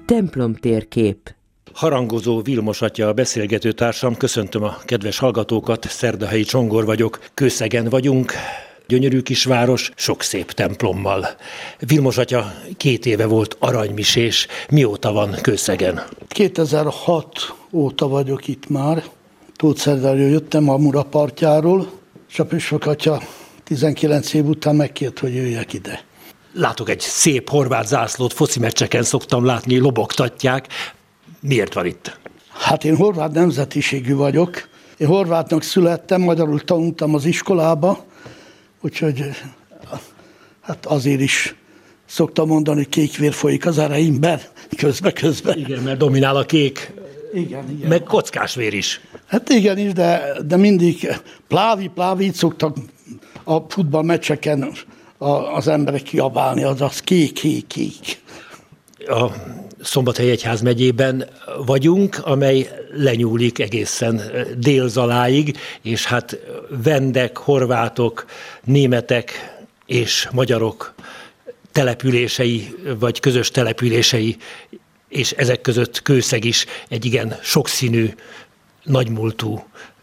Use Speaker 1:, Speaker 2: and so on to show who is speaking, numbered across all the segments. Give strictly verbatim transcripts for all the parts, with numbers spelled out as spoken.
Speaker 1: Templomtérkép.
Speaker 2: Harangozó Vilmos atya a beszélgető társam, köszöntöm a kedves hallgatókat, Szerdahelyi Csongor vagyok, Kőszegen vagyunk, gyönyörű kisváros, sok szép templommal. Vilmos atya két éve volt aranymisés, mióta van Kőszegen?
Speaker 3: kétezer-hat óta vagyok itt már, Tóth Szerdáról jöttem a Mura partjáról, és a püspök atya tizenkilenc év után megkért, hogy jöjjek ide.
Speaker 2: Látok egy szép horvát zászlót, foci meccseken szoktam látni, lobogtatják. Miért van itt?
Speaker 3: Hát én horvát nemzetiségű vagyok. Én horvátnak születtem, magyarul tanultam az iskolába, úgyhogy hát azért is szoktam mondani, hogy kék vér folyik az ereimben, közbe-közben.
Speaker 2: Igen, mert dominál a kék,
Speaker 3: igen, igen.
Speaker 2: Meg kockás vér is.
Speaker 3: Hát igenis, de, de mindig plávi, plávi, így szoktak a futballmeccseken az emberek kiabálni, az az kék, kék, kék.
Speaker 2: A Szombathely egyházmegyében vagyunk, amely lenyúlik egészen Délzaláig, és hát vendek, horvátok, németek és magyarok települései, vagy közös települései, és ezek között Kőszeg is egy igen sokszínű, nagymúltú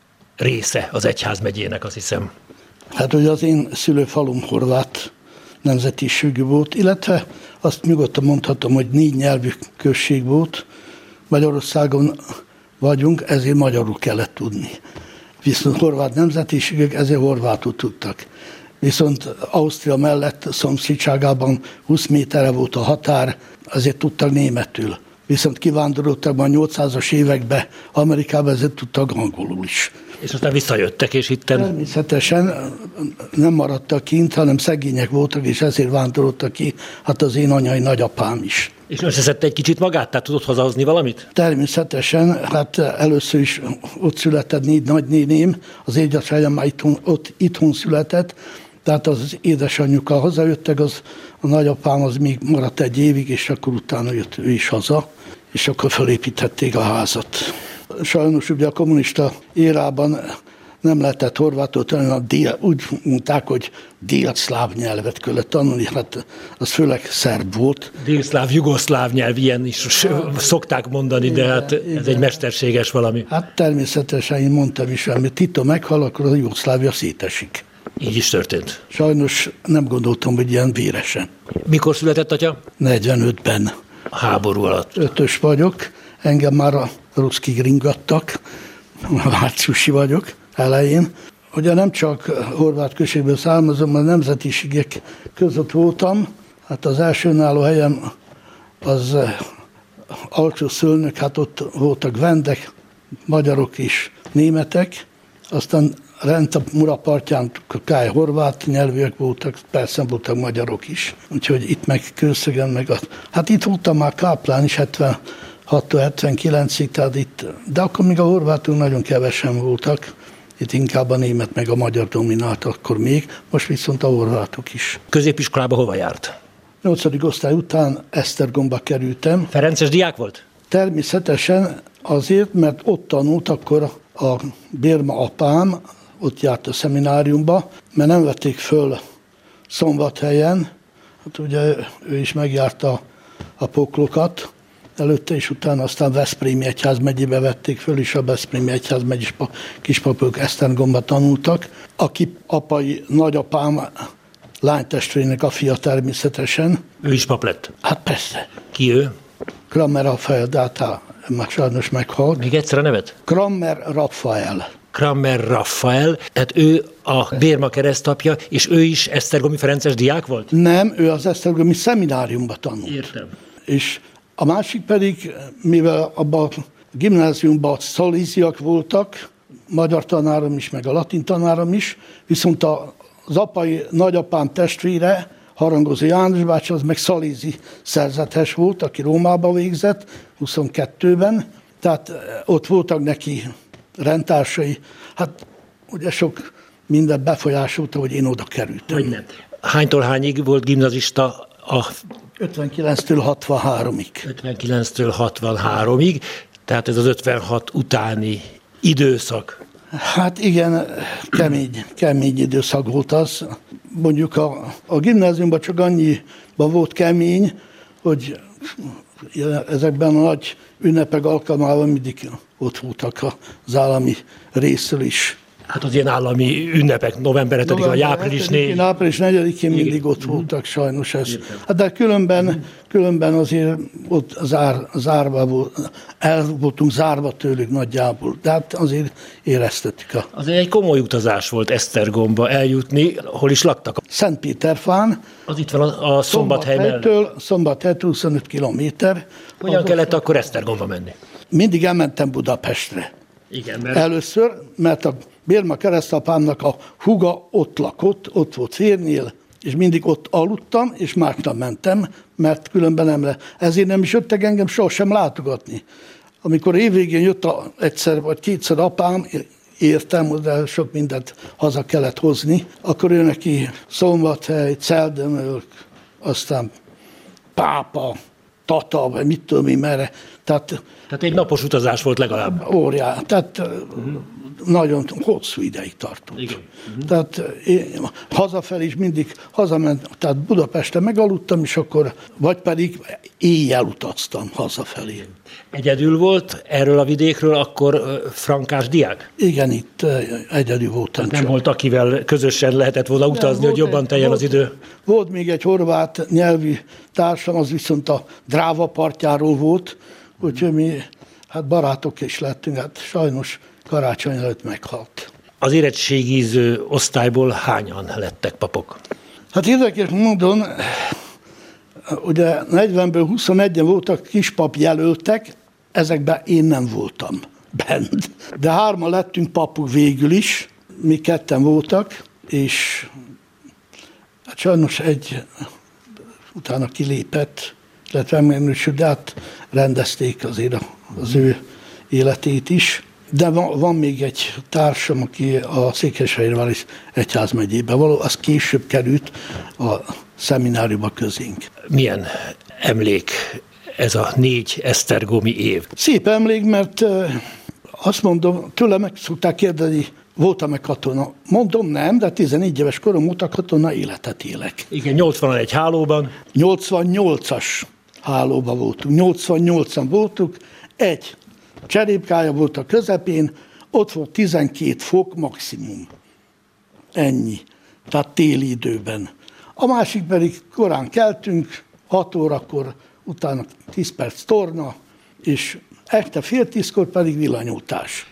Speaker 2: része az egyházmegyének, azt hiszem.
Speaker 3: Hát, hogy az én szülőfalum horvát nemzetiségű volt, illetve azt nyugodtan mondhatom, hogy négy nyelvű község volt. Magyarországon vagyunk, ezért magyarul kellett tudni. Viszont horvát nemzetiségek ezért horvátul tudtak. Viszont Ausztria mellett szomszédságában húsz méterre volt a határ, ezért tudtak németül. Viszont kivándoroltak már nyolcszázas években Amerikába, ezért tudtak angolul is.
Speaker 2: És aztán visszajöttek, és itten...
Speaker 3: Természetesen nem maradtak kint, hanem szegények voltak, és ezért vándoroltak ki, hát az én anyai nagyapám is.
Speaker 2: És összeszedte egy kicsit magát, tehát tudott hazahozni valamit?
Speaker 3: Természetesen, hát először is ott született négy nagynéném, az édesanyám már itthon, ott itthon született, tehát az édesanyjukkal hazajöttek, az, a nagyapám az még maradt egy évig, és akkor utána jött ő is haza, és akkor felépítették a házat. Sajnos ugye a kommunista érában nem lehetett horvátul tanulni, úgy mondták, hogy délszláv nyelvet kellett tanulni, hát az főleg szerb volt.
Speaker 2: Délszláv, jugoszláv nyelv, ilyen is szokták mondani, de hát ez igen. Egy mesterséges valami.
Speaker 3: Hát természetesen én mondtam is, hogy Tito meghal, akkor a Jugoszlávia szétesik.
Speaker 2: Így is történt.
Speaker 3: Sajnos nem gondoltam, hogy ilyen véresen.
Speaker 2: Mikor született atya?
Speaker 3: negyvenötben.
Speaker 2: A háború alatt.
Speaker 3: Ötös vagyok, engem már a ruszkig ringattak, márciusi vagyok elején. Ugye nem csak horvát községből származom, a nemzetiségek között voltam. Hát az első önálló helyem az Alcsó Szölnök, hát ott voltak vendek, magyarok és németek. Aztán rend a Mura partján kály horvát nyelvűek voltak, persze voltak magyarok is. Úgyhogy itt meg Kőszegen, meg a... Hát itt voltam már káplán is hetvenhattól hetvenkilencig, tehát itt, de akkor még a horvátok nagyon kevesen voltak. Itt inkább a német meg a magyar dominált akkor még, most viszont a horvátok is.
Speaker 2: Középiskolába hova járt?
Speaker 3: nyolcadik osztály után Esztergomba kerültem.
Speaker 2: Ferences diák volt?
Speaker 3: Természetesen azért, mert ott tanult akkor a Bérma apám, ott járt a szemináriumba, mert nem vették föl Szombathelyen, hát ugye ő is megjárta a poklokat, előtte és utána aztán Veszprémi egyházmegyébe vették föl, és a Veszprémi egyházmegyés kispapok Esztergomba tanultak. Aki apai nagyapám lánytestvérének a fia természetesen.
Speaker 2: Ő is pap lett?
Speaker 3: Hát persze.
Speaker 2: Ki ő?
Speaker 3: Krammer Rafael, de hát már sajnos meghalt.
Speaker 2: Még egyszer a nevet?
Speaker 3: Krammer Rafael.
Speaker 2: Krammer Rafael, tehát ő a Bérma keresztapja, és ő is esztergomi ferences diák volt?
Speaker 3: Nem, ő az esztergomi szemináriumban tanult.
Speaker 2: Értem.
Speaker 3: És a másik pedig, mivel abban a gimnáziumban szalíziak voltak, magyar tanárom is, meg a latin tanárom is, viszont az apai nagyapám testvére, Harangozó János bácsi, az meg szalízi szerzetes volt, aki Rómába végzett, huszonkettőben, tehát ott voltak neki rendtársai. Hát ugye sok minden befolyásolta, hogy én oda kerültem.
Speaker 2: Hogy nem. Hánytól hányig volt gimnazista a...
Speaker 3: ötvenkilenctől hatvanháromig.
Speaker 2: ötvenkilenctől hatvanháromig, tehát ez az ötvenhat utáni időszak.
Speaker 3: Hát igen, kemény, kemény időszak volt az. Mondjuk a, a gimnáziumban csak annyiban volt kemény, hogy ezekben a nagy ünnepek alkalmával mindig ott voltak az állami részről is.
Speaker 2: Hát az ilyen állami ünnepek, november hetedike, vagy április négyedike.
Speaker 3: április negyedikén mindig ott voltak, sajnos ez. Hát de különben, különben azért ott zár, zárva volt, el voltunk zárva tőlük nagyjából, de hát azért éreztettük. A...
Speaker 2: Azért egy komoly utazás volt Esztergomba eljutni, hol is laktak?
Speaker 3: Szentpéterfán.
Speaker 2: Az itt van a, a Szombathely mellett.
Speaker 3: Szombathelytől huszonöt kilométer.
Speaker 2: Hogyan kellett akkor Esztergomba menni?
Speaker 3: Mindig elmentem Budapestre.
Speaker 2: Igen, mert...
Speaker 3: Először, mert a Bérma keresztapámnak a húga ott lakott, ott volt férnél, és mindig ott aludtam, és másnap mentem, mert különben nem le. Ezért nem is jöttek engem sohasem látogatni. Amikor évvégén jött a, egyszer vagy kétszer apám, értem, de sok mindent haza kellett hozni, akkor ő neki Szombathely, Celdemölk, aztán Pápa, Tata, vagy mit tudom én merre. Tehát,
Speaker 2: tehát egy napos utazás volt legalább.
Speaker 3: Óriás. Tehát uh-huh. nagyon hosszú ideig tartott. Igen. Uh-huh. Tehát én hazafelé is mindig hazament, tehát Budapesten megaludtam, és akkor, vagy pedig éjjel utaztam hazafelé.
Speaker 2: Egyedül volt erről a vidékről akkor frankás diák?
Speaker 3: Igen, itt egyedül voltam.
Speaker 2: Tehát nem volt, akivel közösen lehetett volna utazni, nem, hogy jobban egy, teljen volt, az idő?
Speaker 3: Volt még egy horvát nyelvű társam, az viszont a Dráva partjáról volt, úgyhogy mi hát barátok is lettünk, hát sajnos karácsony előtt meghalt.
Speaker 2: Az érettségiző osztályból hányan lettek papok?
Speaker 3: Hát érdekes módon, ugye negyvenből huszonegyen voltak kispap jelöltek, ezekben én nem voltam bent. De hárman lettünk papok végül is, mi ketten voltak, és hát sajnos egy utána kilépett, illetve megmegnősült, de hát rendezték azért az ő életét is. De van, van még egy társam, aki a Székesfehérvári egyházmegyébe való, az később került a szemináriumba közénk.
Speaker 2: Milyen emlék ez a négy esztergomi év?
Speaker 3: Szép emlék, mert azt mondom, tőle meg szokták kérdezni, voltam-e katona? Mondom, nem, de tizenegy éves korom óta katona életet élek.
Speaker 2: Igen, nyolcvanegy hálóban.
Speaker 3: nyolcvannyolcas hálóban voltunk, nyolcvannyolcan voltunk, egy cserépkája volt a közepén, ott volt tizenkét fok maximum. Ennyi. Tehát téli időben. A másik pedig korán keltünk, hat órakor, utána tíz perc torna, és este fél tízkor pedig villanyútás.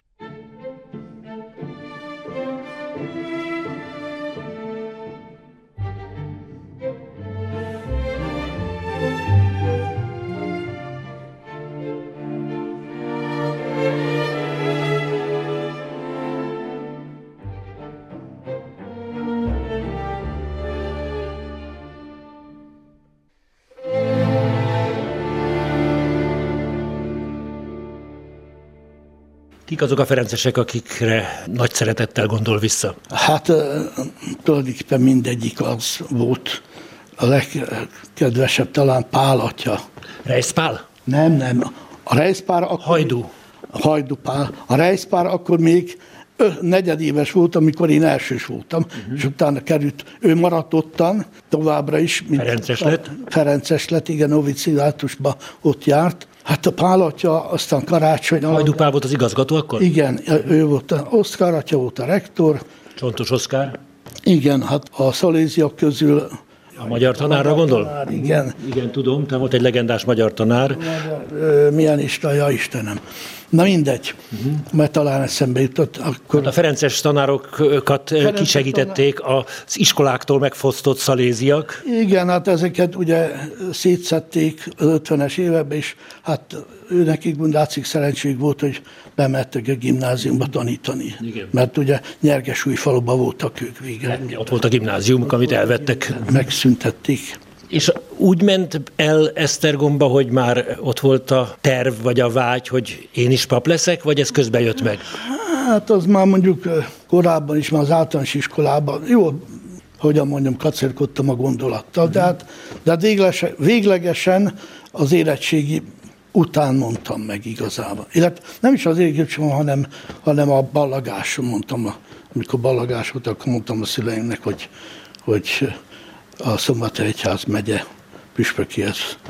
Speaker 2: Kik azok a ferencesek, akikre nagy szeretettel gondol vissza?
Speaker 3: Hát tulajdonképpen mindegyik az volt. A legkedvesebb talán Pál atya.
Speaker 2: Reiszpál?
Speaker 3: Nem, nem. A Reiszpál akkor...
Speaker 2: Hajdú.
Speaker 3: Hajdú Pál. A Reiszpál akkor még negyedéves volt, amikor én elsős voltam, uh-huh. és utána került, ő maradt ottan, továbbra is.
Speaker 2: Ferences lett?
Speaker 3: Ferences lett, igen, noviciátusba ott járt. Hát a Pál atya, aztán Karácsony...
Speaker 2: Hajdú Pál volt az igazgató akkor?
Speaker 3: Igen, ő volt, a Oszkár atya volt a rektor.
Speaker 2: Csontos Oszkár?
Speaker 3: Igen, hát a szaléziak közül...
Speaker 2: A magyar tanárra magyar gondol?
Speaker 3: Tanár, igen.
Speaker 2: Igen, tudom, te volt egy legendás magyar tanár.
Speaker 3: Magyar, ö, milyen Isten, ja Istenem. Na mindegy, uh-huh. mert talán eszembe jutott. Akkor...
Speaker 2: Hát a ferences tanárokat Ferences kisegítették tanár... az iskoláktól megfosztott szaléziak.
Speaker 3: Igen, hát ezeket ugye szétszedték az ötvenes években, és hát ő nekik látszik szerencség volt, hogy bemertek a gimnáziumba tanítani. Igen. Mert ugye Nyergesújfaluban voltak ők végre.
Speaker 2: Ott volt a gimnázium, amit elvettek.
Speaker 3: Megszüntették.
Speaker 2: És úgy ment el Esztergomba, hogy már ott volt a terv, vagy a vágy, hogy én is pap leszek, vagy ez közben jött meg?
Speaker 3: Hát az már mondjuk korábban is, már az általános iskolában, jó, hogyan mondjam, kacérkodtam a gondolattal, de hát, de hát véglegesen, véglegesen az érettségi után mondtam meg igazából. Illetve nem is az érettségim, hanem, hanem a ballagáson mondtam, amikor ballagás volt, akkor mondtam a szüleimnek, hogy, hogy a Szombathely egyház megye püspökihez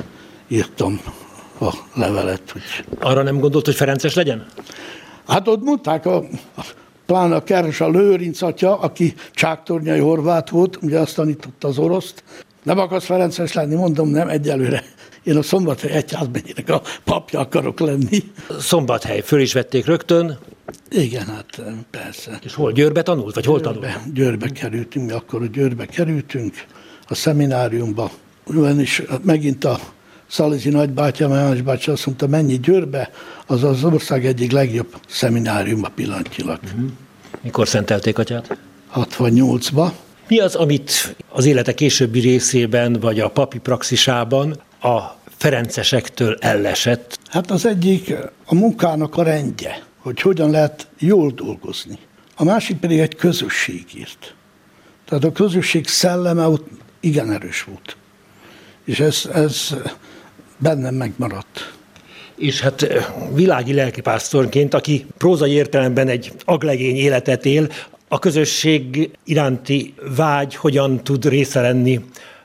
Speaker 3: írtam a levelet. Hogy...
Speaker 2: Arra nem gondolt, hogy ferences legyen?
Speaker 3: Hát ott mondták, a, a, pláne a Keres, a Lőrinc atya, aki csáktornyai horvát volt, ugye azt tanította az oroszt. Nem akarsz ferences lenni? Mondom, nem, egyelőre. Én a Szombathely egyházmegyének a papja akarok lenni.
Speaker 2: Szombathely, föl is vették rögtön.
Speaker 3: Igen, hát persze.
Speaker 2: És hol? Győrbe tanult? Vagy hol
Speaker 3: Győrbe,
Speaker 2: tanult?
Speaker 3: Győrbe kerültünk, mi akkor a Győrbe kerültünk, a szemináriumba. Ugyanis megint a Szalizi nagybátyám, a János bácsi azt mondta, menj Győrbe, az az ország egyik legjobb szemináriuma pillanatnyilag. Uh-huh.
Speaker 2: Mikor szentelték atyát?
Speaker 3: hatvannyolcba.
Speaker 2: Mi az, amit az élete későbbi részében, vagy a papi praxisában a ferencesektől ellesett?
Speaker 3: Hát az egyik a munkának a rendje, hogy hogyan lehet jól dolgozni. A másik pedig egy közösségért. Tehát a közösség szelleme ott igen erős volt. És ez, ez bennem megmaradt.
Speaker 2: És hát világi lelkipásztorként, aki prózai értelemben egy aglegény életet él, a közösség iránti vágy hogyan tud része lenni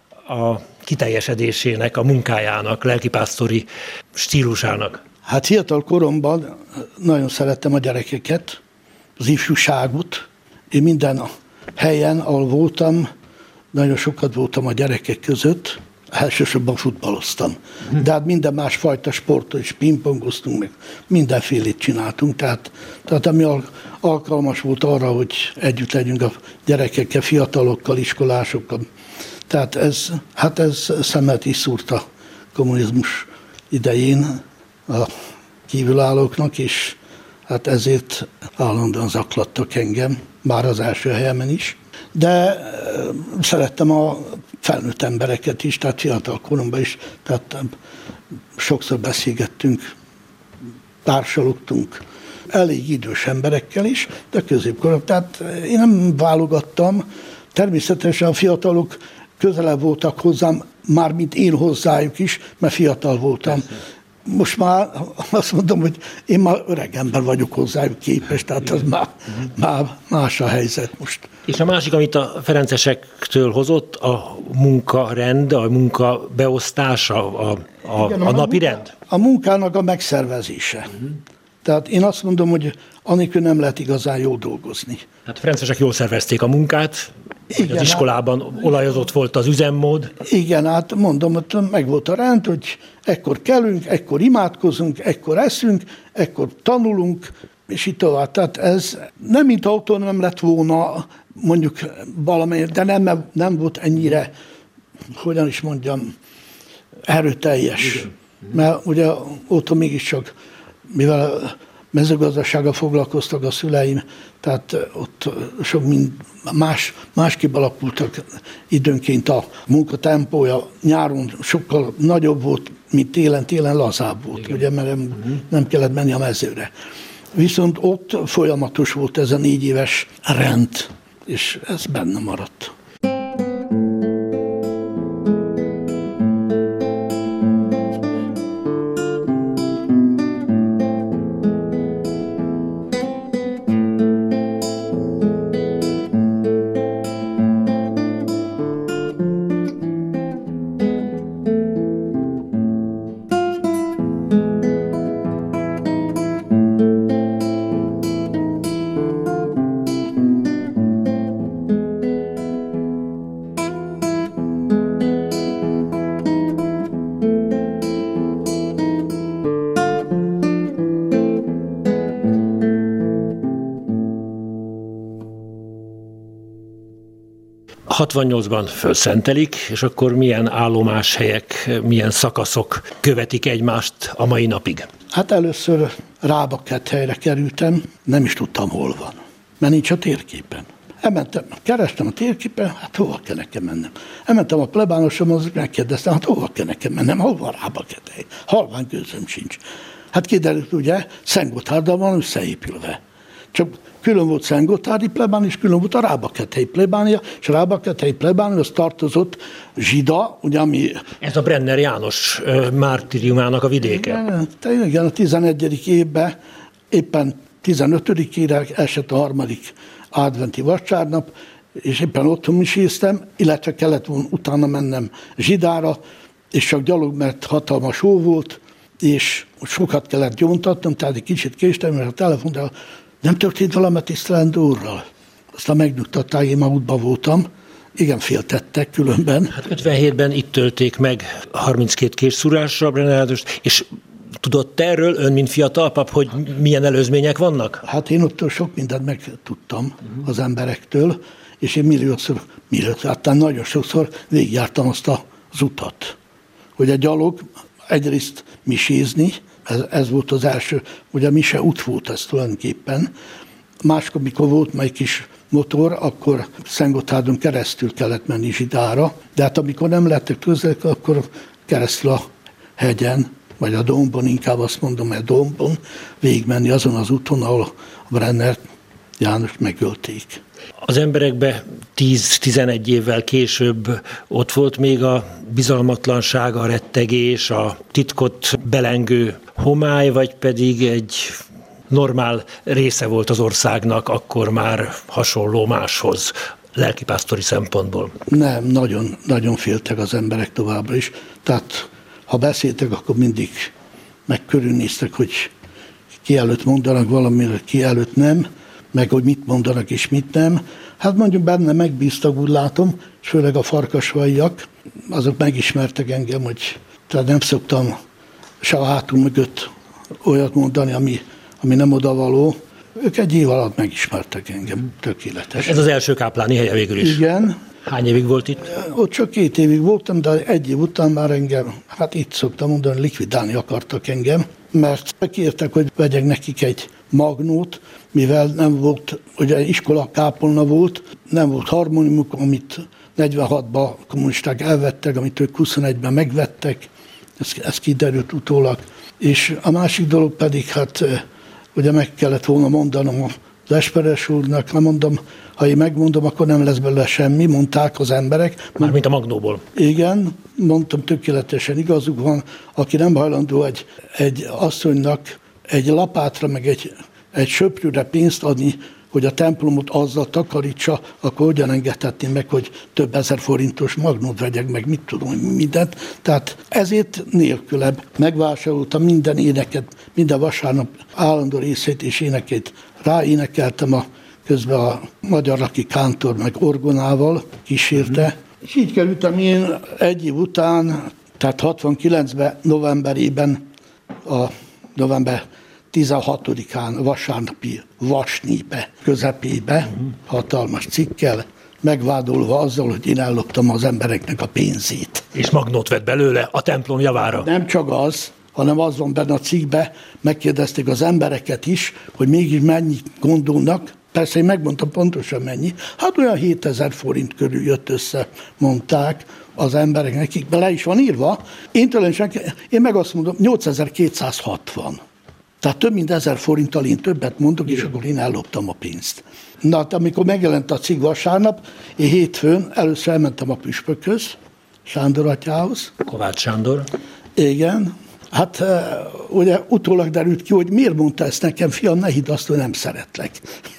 Speaker 2: a kiteljesedésének, a munkájának, lelkipásztori stílusának?
Speaker 3: Hát fiatal koromban nagyon szerettem a gyerekeket, az ifjúságot. Én minden helyen, ahol voltam, nagyon sokat voltam a gyerekek között, elsősorban futballoztam. De hát minden másfajta sportot is pingpongoztunk, meg mindenfélét csináltunk, tehát, tehát ami alkalmas volt arra, hogy együtt legyünk a gyerekekkel, fiatalokkal, iskolásokkal. Tehát ez, hát ez szemet is szúrt a kommunizmus idején a kívülállóknak, és hát ezért állandóan zaklattak engem, már az első helyemen is. De szerettem a felnőtt embereket is, tehát fiatal koromban is, tehát sokszor beszélgettünk, társalogtunk elég idős emberekkel is, de középkorban. Tehát én nem válogattam, természetesen a fiatalok közelebb voltak hozzám, mármint én hozzájuk is, mert fiatal voltam. Persze. Most már azt mondom, hogy én már öreg ember vagyok hozzájuk képes, tehát az már, már más a helyzet most.
Speaker 2: És a másik, amit a ferencesektől hozott, a munkarend, a munka beosztása, a, a, Igen, a napi rend?
Speaker 3: A munkának a megszervezése. Uh-huh. Tehát én azt mondom, hogy anélkül nem lehet igazán jól dolgozni.
Speaker 2: Hát a ferencesek jól szervezték a munkát, igen, az iskolában hát, olajozott volt az üzemmód.
Speaker 3: Igen, hát mondom, hogy meg volt a rend, hogy ekkor kelünk, ekkor imádkozunk, ekkor eszünk, ekkor tanulunk, és így tovább. Tehát ez nem mint autó nem lett volna, mondjuk valamely, de nem, nem volt ennyire, hogyan is mondjam, erőteljes. Igen. Mert ugye ott mégiscsak, mivel mezőgazdasággal foglalkoztak a szüleim, tehát ott sok mind más, másképp alakultak időnként a munkatempója. Nyáron sokkal nagyobb volt, mint télen, télen lazább volt, igen, ugye, mert nem, uh-huh. nem kellett menni a mezőre. Viszont ott folyamatos volt ez a négy éves rend, és ez benne maradt.
Speaker 2: hatvannyolcban fölszentelik, és akkor milyen állomáshelyek, milyen szakaszok követik egymást a mai napig?
Speaker 3: Hát először Rábakhelyre kerültem, nem is tudtam, hol van, mert nincs a térképen. Elmentem, kerestem a térképen, hát hova kell nekem mennem? Elmentem a plebánosomhoz, megkérdeztem, hát hova kell nekem mennem, hol van Rábakhely? Halvány gőzöm sincs. Hát kiderült, ugye, Szentgotthárddal van összeépülve. Csak külön volt Szentgotthárdi plebánia, és külön volt a Rábakhethelyi plebánia, és a Rábakhethelyi plebánia az tartozott Zsida, ugye, ami...
Speaker 2: Ez a Brenner János mártíriumának a vidéke.
Speaker 3: Igen, igen, a tizenegyedik évben, éppen tizenötödikére esett a harmadik adventi vasárnap, és éppen otthon is észtem, illetve kellett volna utána mennem Zsidára, és csak gyalog, mert hatalmas hó volt, és sokat kellett gyóntatnom, tehát egy kicsit késtem, mert a telefonál nem történt valami tisztelendő úrral. Aztán megnyugtatták, én már útban voltam. Igen, féltettek különben.
Speaker 2: Hát ötvenhétben itt tölték meg harminckét késszúrásra Brenneráldost, és tudott erről ön, mint fiatal pap, hogy milyen előzmények vannak?
Speaker 3: Hát én ott sok mindent megtudtam uh-huh. az emberektől, és én milliószor, milliószor, hát nagyon sokszor végigjártam azt az utat. Hogy a gyalog egyrészt misézni, ez, ez volt az első, hogy a mise út volt ez tulajdonképpen. Máskor, mikor volt majd kis motor, akkor Szentgotthárdon keresztül kellett menni Zsidára, de hát amikor nem lehettek közel, akkor keresztül a hegyen, vagy a dombon, inkább azt mondom, mert dombon végigmenni azon az úton, ahol a Brenner János megölték.
Speaker 2: Az emberekbe tíz-tizenegy évvel később ott volt még a bizalmatlanság, a rettegés, a titkot belengő homály, vagy pedig egy normál része volt az országnak, akkor már hasonló máshoz, lelkipásztori szempontból?
Speaker 3: Nem, nagyon, nagyon féltek az emberek továbbra is. Tehát ha beszéltek, akkor mindig meg körülnéztek, hogy ki előtt mondanak valamire, ki előtt nem, meg hogy mit mondanak és mit nem. Hát mondjuk benne megbíztak, úgy látom, és főleg a farkasvaiak, azok megismertek engem, hogy tehát nem szoktam se a hátul mögött olyat mondani, ami, ami nem odavaló. Ők egy év alatt megismertek engem, tökéletes.
Speaker 2: Ez az első kápláni helye végül is.
Speaker 3: Igen.
Speaker 2: Hány évig volt itt?
Speaker 3: Ott csak két évig voltam, de egy év után már engem, hát itt szoktam mondani, likvidálni akartak engem, mert kértek, hogy vegyek nekik egy magnót, mivel nem volt, ugye iskola kápolna volt, nem volt harmoniumuk, amit negyvenhatban a kommunisták elvettek, amit ők huszonegyben megvettek, ez, ez kiderült utólag. És a másik dolog pedig, hát ugye meg kellett volna mondanom az Esperes úrnak, nem mondom, ha én megmondom, akkor nem lesz belőle semmi, mondták az emberek.
Speaker 2: Mármint a magnóból.
Speaker 3: Igen, mondtam, tökéletesen igazuk van, aki nem hajlandó egy, egy asszonynak egy lapátra, meg egy, egy söprűre pénzt adni, hogy a templomot azzal takarítsa, akkor hogyan engedhetné meg, hogy több ezer forintos magnót vegyek meg, mit tudom, mindent. Tehát ezért nélkülebb megvásároltam minden éneket, minden vasárnap állandó részét és énekét ráénekeltem, a, közben a magyar laki kántor meg orgonával kísérte. Mm. És így kerültem én egy év után, tehát hatvankilencben novemberében, a november tizenhatodikán vasárnapi vasnépe közepébe, uh-huh. hatalmas cikkel, megvádolva azzal, hogy én elloptam az embereknek a pénzét.
Speaker 2: És magnót vett belőle a templom javára.
Speaker 3: Nem csak az, hanem az van benne a cikkbe, megkérdezték az embereket is, hogy mégis mennyit gondolnak. Persze én megmondtam pontosan mennyi. Hát olyan hétezer forint körül jött össze, mondták az emberek, nekik bele is van írva. Én tulajdonképpen, én meg azt mondom, nyolcezer-kétszázhatvan. Tehát több mint ezer forinttal én többet mondok, és akkor én elloptam a pénzt. Na, hát amikor megjelent a cikk vasárnap, én hétfőn először elmentem a püspökhöz, Sándor atyához.
Speaker 2: Kovács Sándor.
Speaker 3: Igen. Hát ugye utólag derült ki, hogy miért mondta ezt nekem, fiam, ne hidd azt, hogy nem szeretlek.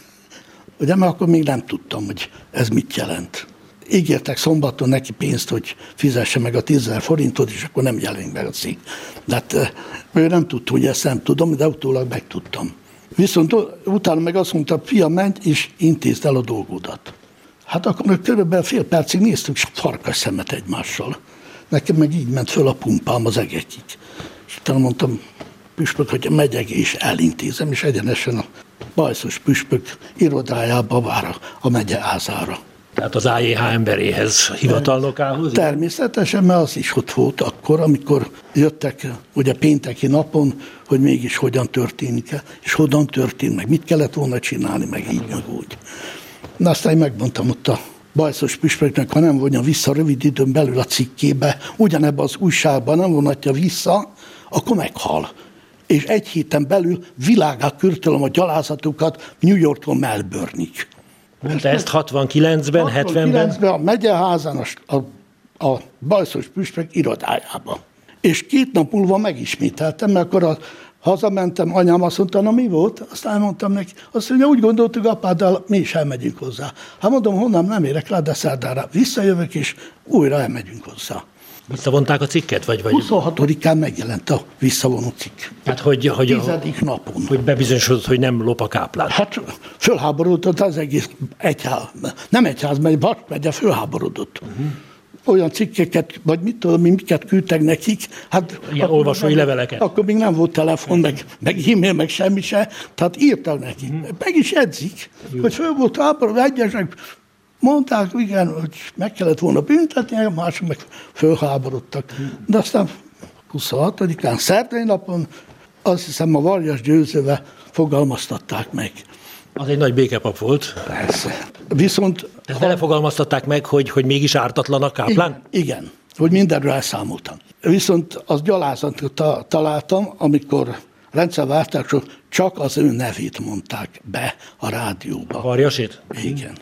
Speaker 3: Ugye, mert akkor még nem tudtam, hogy ez mit jelent. Ígértek szombaton neki pénzt, hogy fizesse meg a tízezer forintot, és akkor nem jelenik meg a cikk. De hát ő nem tudta, hogy ezt nem tudom, de utólag megtudtam. Viszont utána meg azt mondta, fiam, menj, és intézd el a dolgodat. Hát akkor körülbelül fél percig néztük farkas szemet egymással. Nekem meg így ment föl a pumpám az egekig. És utána mondtam, püspök, hogy megyek és elintézem, és egyenesen a bajszos püspök irodájába vár a megye házára.
Speaker 2: Tehát az á jé há emberéhez, hivatalnokához?
Speaker 3: Természetesen, mert az is ott volt akkor, amikor jöttek ugye pénteki napon, hogy mégis hogyan történik, és hogyan történt, meg mit kellett volna csinálni, meg így, meg úgy. Na aztán én megmondtam ott a bajszos püspöknek, ha nem vonja vissza rövid időn belül a cikkébe, ugyanebben az újságban nem vonatja vissza, akkor meghal. És egy héten belül világát kürtölöm a gyalázatokat New Yorktól Melbourne-ig.
Speaker 2: Mondta ezt hatvankilencben, hetvenben?
Speaker 3: hatvankilencben a megyeházán a, a, a bajszos püspök irodájában. És két nap múlva megismételtem, mert akkor a, hazamentem, anyám azt mondta, na mi volt? Aztán mondtam neki, azt mondja, úgy gondoltuk apáddal, mi is elmegyünk hozzá. Hát mondom, honnan nem érek rá, de szerdára visszajövök, és újra elmegyünk hozzá.
Speaker 2: Visszavonták a cikket? Vagy, vagy...
Speaker 3: huszonhatodikán megjelent a visszavonó cikk.
Speaker 2: Hát, hogy, hogy,
Speaker 3: Tizedik napon.
Speaker 2: Hogy bebizonyosodott, hogy nem lop a káplán.
Speaker 3: Hát fölháborodott az egész egyház. Nem egyház, mert Bas megye fölháborodott. Uh-huh. Olyan cikkeket, vagy mit tudom, miket küldtek nekik. Hát
Speaker 2: ilyen olvasói nem, leveleket.
Speaker 3: Akkor még nem volt telefon, meg, meg e-mail, meg semmi se. Tehát írtak nekik. Uh-huh. Meg is edzik, jó. Hogy föl volt háborodott, egyesek mondták, igen, hogy meg kellett volna büntetni, mások meg fölháborodtak. De aztán huszonhatodikán, szerdai napon, azt hiszem a Varjas Győzővel fogalmaztatták meg.
Speaker 2: Az egy nagy békepap volt.
Speaker 3: Persze. Viszont...
Speaker 2: Ezt vele fogalmaztatták meg, hogy, hogy mégis ártatlan a káplán?
Speaker 3: Igen, igen, hogy mindenről elszámoltam. Viszont az gyalázatot találtam, amikor rendszerváltásról csak az ő nevét mondták be a rádióba.
Speaker 2: A Varjasét?
Speaker 3: Igen.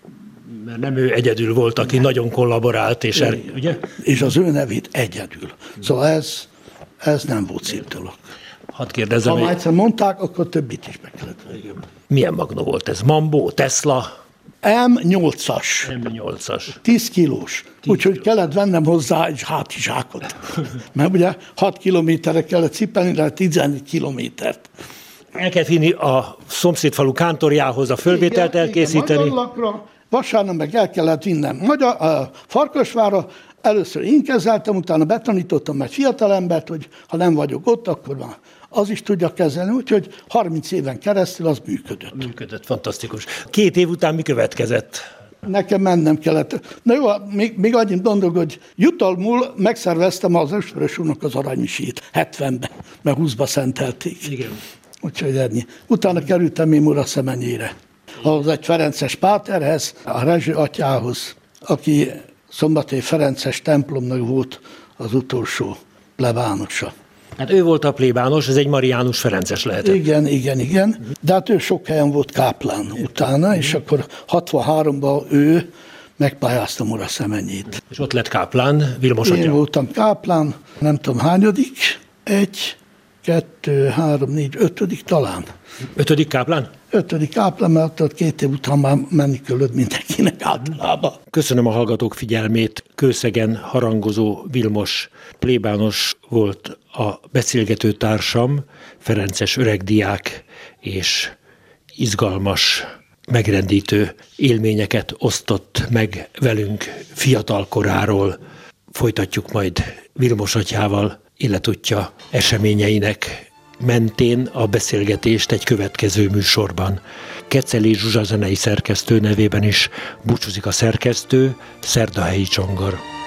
Speaker 2: Mert nem ő egyedül volt, aki nem. nagyon kollaborált, és, el, ugye?
Speaker 3: És az ő nevét egyedül. Szóval ez, ez nem volt szép dolog.
Speaker 2: Hadd kérdezzem.
Speaker 3: Ha már egyszer mondták, akkor többit is meg kellett.
Speaker 2: Milyen magnó volt ez? Mambo, Tesla?
Speaker 3: em nyolcas.
Speaker 2: em nyolcas.
Speaker 3: tíz kilós. Úgyhogy kellett vennem hozzá egy hátizsákot. Mert ugye hat kilométerre kellett cipelni, de tizennégy kilométert.
Speaker 2: El kell vinni a szomszédfalu kántorjához a fölvételt igen, elkészíteni. Igen,
Speaker 3: Magyarlakra, vasárnap meg el kellett vinnem Magyar, a Farkasvárra. Először én kezeltem, utána betanítottam egy fiatalembert, hogy ha nem vagyok ott, akkor már az is tudja kezelni, úgyhogy harminc éven keresztül az működött.
Speaker 2: Működött, fantasztikus. Két év után mi következett?
Speaker 3: Nekem mennem kellett. Na jó, még, még annyit mondok, hogy jutalmul megszerveztem az Ösvörös úrnak az aranymisét hetvenben, mert húszba szentelték.
Speaker 2: Igen.
Speaker 3: Úgyhogy ennyi. Utána kerültem én Muraszemenyére. Ahhoz egy ferences páterhez, a Rezső atyához, aki Szombathely Ferences templomnak volt az utolsó plebánosa.
Speaker 2: Hát ő volt a plébános, ez egy Mariánus Ferences lehetett.
Speaker 3: Igen, igen, igen. De hát ő sok helyen volt káplán utána, és akkor hatvanháromban ő megpályázta Muraszemenyét.
Speaker 2: És ott lett káplán, Vilmos atya.
Speaker 3: Én voltam káplán, nem tudom hányadik, egy, kettő, három, négy, ötödik talán.
Speaker 2: Ötödik káplán?
Speaker 3: Ötödik káplán, mert ott két év után már menni kellett mindenkinek általában.
Speaker 2: Köszönöm a hallgatók figyelmét. Kőszegen harangozó Vilmos plébános volt a beszélgető társam, ferences öregdiák, és izgalmas, megrendítő élményeket osztott meg velünk fiatalkoráról. Folytatjuk majd Vilmos atyával életútja eseményeinek mentén a beszélgetést egy következő műsorban. Keceli Zsuzsa zenei szerkesztő nevében is búcsúzik a szerkesztő, Szerdahelyi Csongor.